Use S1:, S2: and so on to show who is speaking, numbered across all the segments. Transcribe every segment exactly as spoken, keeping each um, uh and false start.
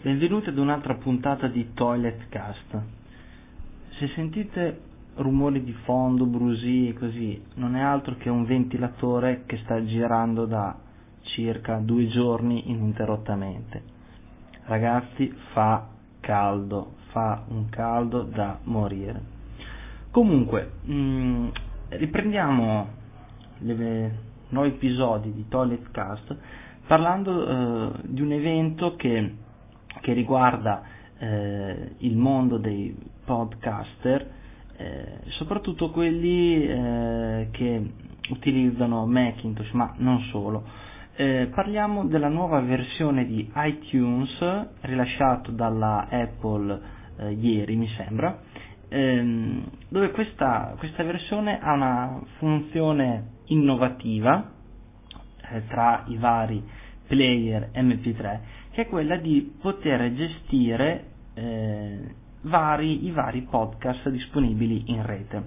S1: Benvenuti ad un'altra puntata di Toilet Cast. Se sentite rumori di fondo, brusii e così, non è altro che un ventilatore che sta girando da circa due giorni ininterrottamente. Ragazzi, fa caldo, fa un caldo da morire. Comunque, mh, riprendiamo i nuovi episodi di Toilet Cast parlando eh, di un evento che che riguarda eh, il mondo dei podcaster, eh, soprattutto quelli eh, che utilizzano Macintosh, ma non solo. Eh, parliamo della nuova versione di iTunes rilasciato dalla Apple eh, ieri, mi sembra, ehm, dove questa, questa versione ha una funzione innovativa eh, tra i vari player M P tre, che è quella di poter gestire eh, vari, i vari podcast disponibili in rete.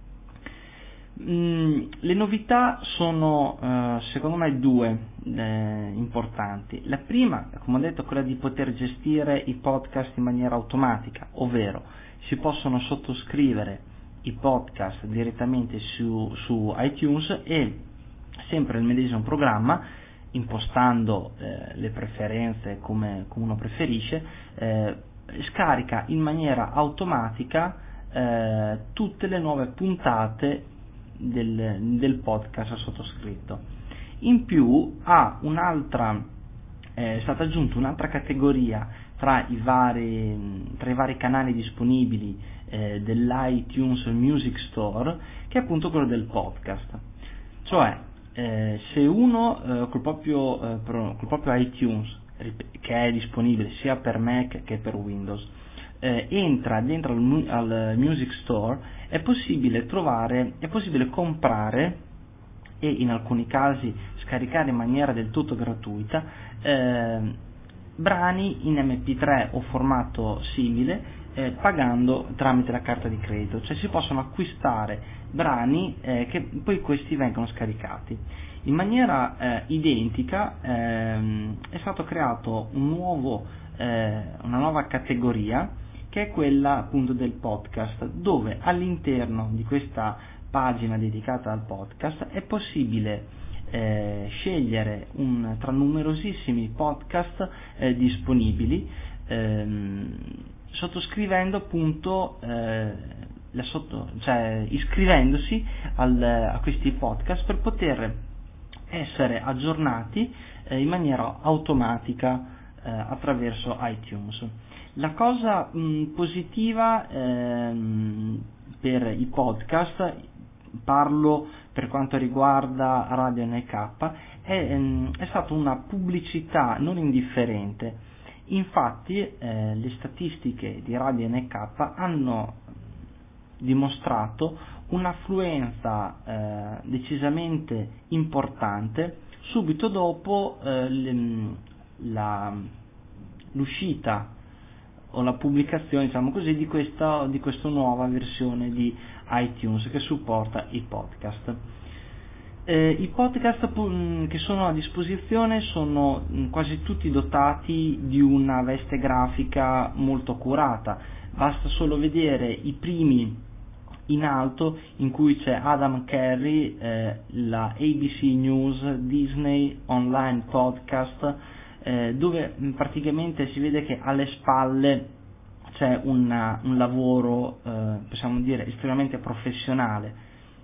S1: Mm, le novità sono eh, secondo me due eh, importanti. La prima, come ho detto, è quella di poter gestire i podcast in maniera automatica, ovvero si possono sottoscrivere i podcast direttamente su, su iTunes e sempre il medesimo programma, impostando eh, le preferenze come, come uno preferisce, eh, scarica in maniera automatica eh, tutte le nuove puntate del, del podcast sottoscritto. In più ha un'altra, eh, è stata aggiunta un'altra categoria tra i vari, tra i vari canali disponibili eh, dell'iTunes Music Store, che è appunto quello del podcast. Cioè, Eh, se uno eh, col, proprio, eh, pro, col proprio iTunes, che è disponibile sia per Mac che per Windows, eh, entra dentro al, al Music Store, è possibile trovare, è possibile comprare e in alcuni casi scaricare in maniera del tutto gratuita eh, brani in M P tre o formato simile, eh, pagando tramite la carta di credito. Cioè si possono acquistare brani eh, che poi questi vengono scaricati. In maniera eh, identica ehm, è stato creato un nuovo, eh, una nuova categoria, che è quella appunto del podcast, dove all'interno di questa pagina dedicata al podcast è possibile eh, scegliere un, tra numerosissimi podcast eh, disponibili, ehm, sottoscrivendo appunto eh, la sotto, cioè iscrivendosi al, a questi podcast per poter essere aggiornati eh, in maniera automatica eh, attraverso iTunes. La cosa mh, positiva ehm, per i podcast, parlo per quanto riguarda Radio N K, è, ehm, è stata una pubblicità non indifferente. Infatti eh, le statistiche di Radio N K hanno dimostrato un'affluenza eh, decisamente importante subito dopo eh, le, la, l'uscita o la pubblicazione, diciamo così, di questa di questa nuova versione di iTunes che supporta i podcast. Eh, I podcast pu- che sono a disposizione sono mh, quasi tutti dotati di una veste grafica molto curata. Basta solo vedere i primi in alto, in cui c'è Adam Carey, eh, la A B C News, Disney Online Podcast, eh, dove mh, praticamente si vede che alle spalle c'è una, un lavoro, eh, possiamo dire, estremamente professionale.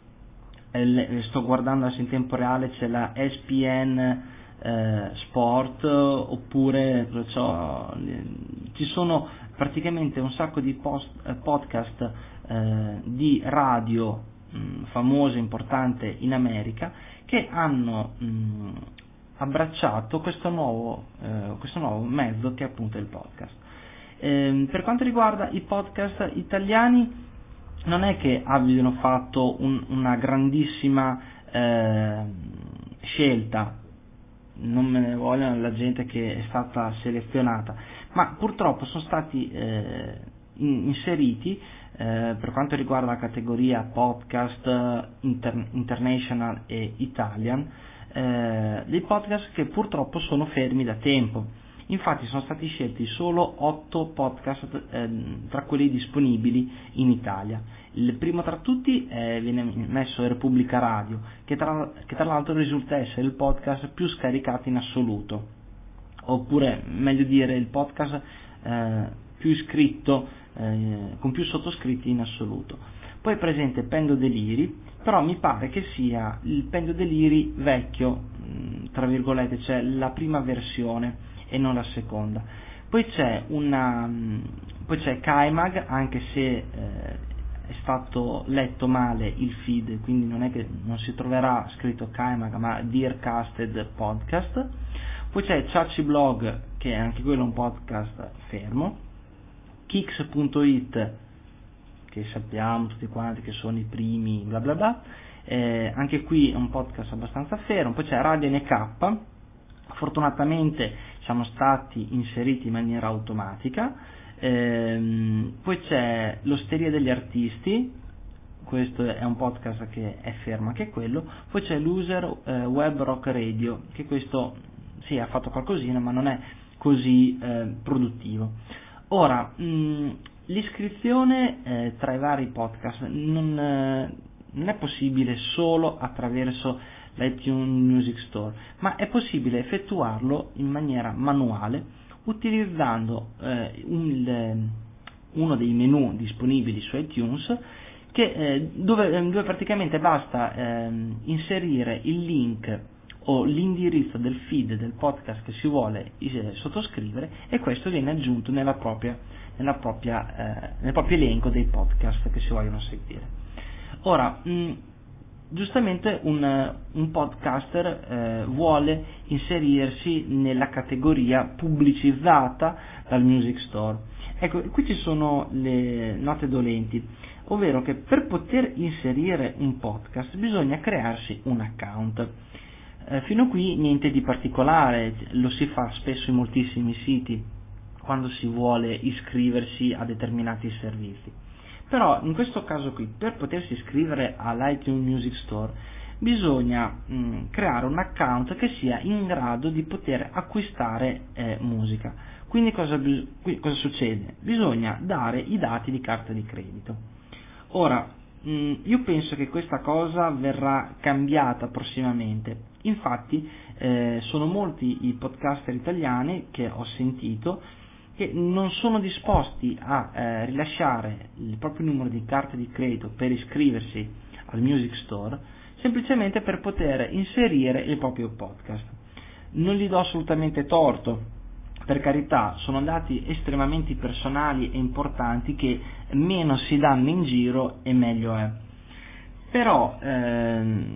S1: Eh, sto guardando adesso in tempo reale, c'è la S P N eh, Sport, oppure cioè, ci sono praticamente un sacco di post, eh, podcast eh, di radio mh, famose, importante in America, che hanno mh, abbracciato questo nuovo, eh, questo nuovo mezzo che è appunto il podcast. Eh, per quanto riguarda i podcast italiani, non è che abbiano fatto un, una grandissima eh, scelta, non me ne vogliono la gente che è stata selezionata, ma purtroppo sono stati eh, in, inseriti eh, per quanto riguarda la categoria podcast inter, international e Italian, eh, dei podcast che purtroppo sono fermi da tempo. Infatti sono stati scelti solo otto podcast eh, tra quelli disponibili in Italia. Il primo tra tutti eh, viene messo Repubblica Radio, che tra, che tra l'altro risulta essere il podcast più scaricato in assoluto, oppure meglio dire il podcast eh, più iscritto, eh, con più sottoscritti in assoluto. Poi è presente Pendo Deliri, però mi pare che sia il Pendo Deliri vecchio, tra virgolette, cioè la prima versione e non la seconda. Poi c'è una poi c'è Kaimag, anche se eh, è stato letto male il feed, quindi non è che non si troverà scritto Kaimag ma Dearcasted Podcast. Poi c'è Ciacci Blog, che è anche quello un podcast fermo, Kicks punto it, che sappiamo tutti quanti che sono i primi bla bla bla, eh, anche qui è un podcast abbastanza fermo. Poi c'è Radio N K, fortunatamente siamo stati inseriti in maniera automatica. Ehm, poi c'è L'Osteria degli Artisti, questo è un podcast che è fermo anche quello. Poi c'è Loser eh, Web Rock Radio, che questo sì ha fatto qualcosina ma non è così eh, produttivo. Ora, mh, l'iscrizione eh, tra i vari podcast non, eh, non è possibile solo attraverso l'iTunes Music Store, ma è possibile effettuarlo in maniera manuale utilizzando eh, un, uno dei menu disponibili su iTunes, che, eh, dove, dove praticamente basta eh, inserire il link o l'indirizzo del feed del podcast che si vuole eh, sottoscrivere, e questo viene aggiunto nella propria, nella propria, eh, nel proprio elenco dei podcast che si vogliono sentire. Ora, mh, giustamente un, un podcaster eh, vuole inserirsi nella categoria pubblicizzata dal Music Store. Ecco, qui ci sono le note dolenti, ovvero che per poter inserire un podcast bisogna crearsi un account. Eh, fino a qui niente di particolare, lo si fa spesso in moltissimi siti quando si vuole iscriversi a determinati servizi. Però in questo caso qui, per potersi iscrivere all'iTunes Music Store, bisogna mh, creare un account che sia in grado di poter acquistare eh, musica. Quindi cosa, qui, cosa succede? Bisogna dare i dati di carta di credito. Ora, mh, io penso che questa cosa verrà cambiata prossimamente. Infatti eh, sono molti i podcaster italiani che ho sentito che non sono disposti a eh, rilasciare il proprio numero di carta di credito per iscriversi al Music Store, semplicemente per poter inserire il proprio podcast. Non gli do assolutamente torto, per carità, sono dati estremamente personali e importanti che meno si danno in giro e meglio è. Però ehm,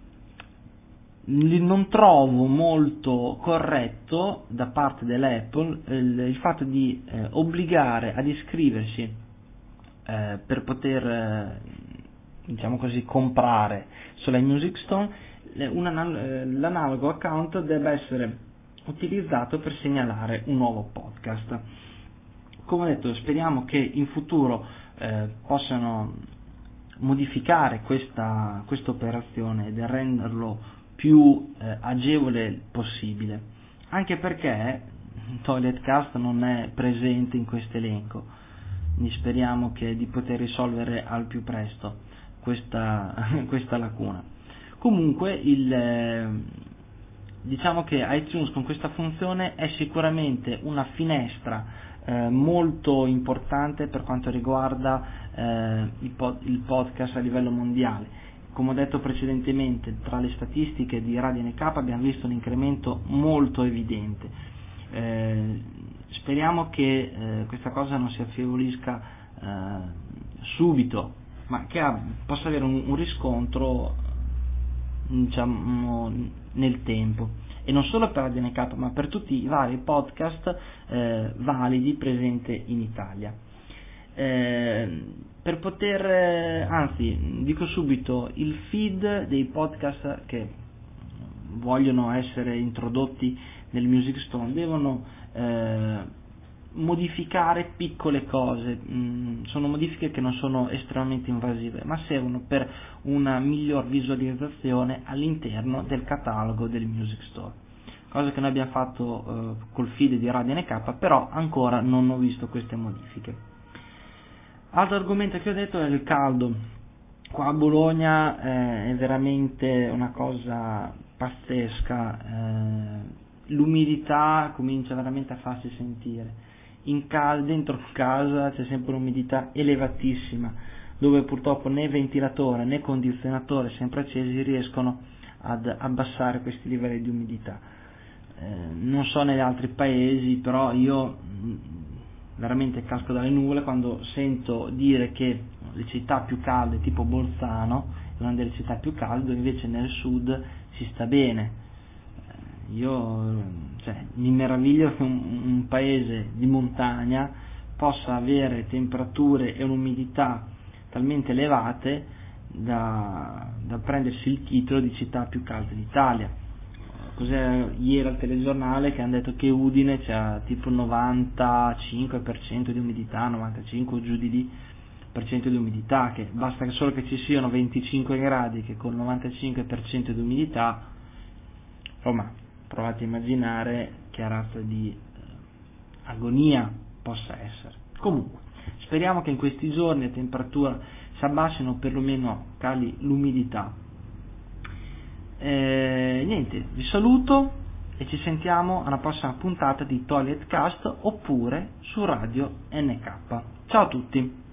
S1: non trovo molto corretto da parte dell'Apple il, il fatto di eh, obbligare ad iscriversi eh, per poter eh, diciamo così comprare sulla Music Store un anal- l'analogo account debba essere utilizzato per segnalare un nuovo podcast. Come ho detto, speriamo che in futuro eh, possano modificare questa questa operazione ed renderlo più eh, agevole possibile, anche perché ToiletCast non è presente in questo elenco, quindi speriamo che di poter risolvere al più presto questa, questa lacuna. Comunque il, eh, diciamo che iTunes con questa funzione è sicuramente una finestra eh, molto importante per quanto riguarda eh, il, pod, il podcast a livello mondiale. Come ho detto precedentemente, tra le statistiche di Radio N K abbiamo visto un incremento molto evidente. Eh, speriamo che eh, questa cosa non si affievolisca eh, subito, ma che ha, possa avere un, un riscontro diciamo, nel tempo. E non solo per Radio N K, ma per tutti i vari podcast eh, validi presenti in Italia. Eh, per poter, eh, anzi dico subito, il feed dei podcast che vogliono essere introdotti nel Music Store devono eh, modificare piccole cose, mh, sono modifiche che non sono estremamente invasive, ma servono per una miglior visualizzazione all'interno del catalogo del Music Store. cosa che noi abbiamo fatto eh, col feed di Radio N K, però ancora non ho visto queste modifiche. Altro argomento che ho detto è il caldo. Qua a Bologna eh, è veramente una cosa pazzesca, eh, l'umidità comincia veramente a farsi sentire. In cal- dentro casa c'è sempre un'umidità elevatissima, dove purtroppo né ventilatore né condizionatore sempre accesi riescono ad abbassare questi livelli di umidità. Eh, non so negli altri paesi, però io mh, veramente casco dalle nuvole quando sento dire che le città più calde, tipo Bolzano, è una delle città più calde, invece nel sud si sta bene. Io cioè, mi meraviglio che un, un paese di montagna possa avere temperature e un'umidità talmente elevate da, da prendersi il titolo di città più calda d'Italia. Cos'è ieri al telegiornale che hanno detto che Udine c'ha tipo il novantacinque per cento di umidità, novantacinque o giù di lì per cento di umidità, che basta che solo che ci siano venticinque gradi che con il novantacinque per cento di umidità, insomma, provate a immaginare che razza di eh, agonia possa essere. Comunque, speriamo che in questi giorni le temperature si abbassino o perlomeno cali l'umidità. Eh, niente, vi saluto e ci sentiamo alla prossima puntata di Toilet Cast oppure su Radio N K. Ciao a tutti!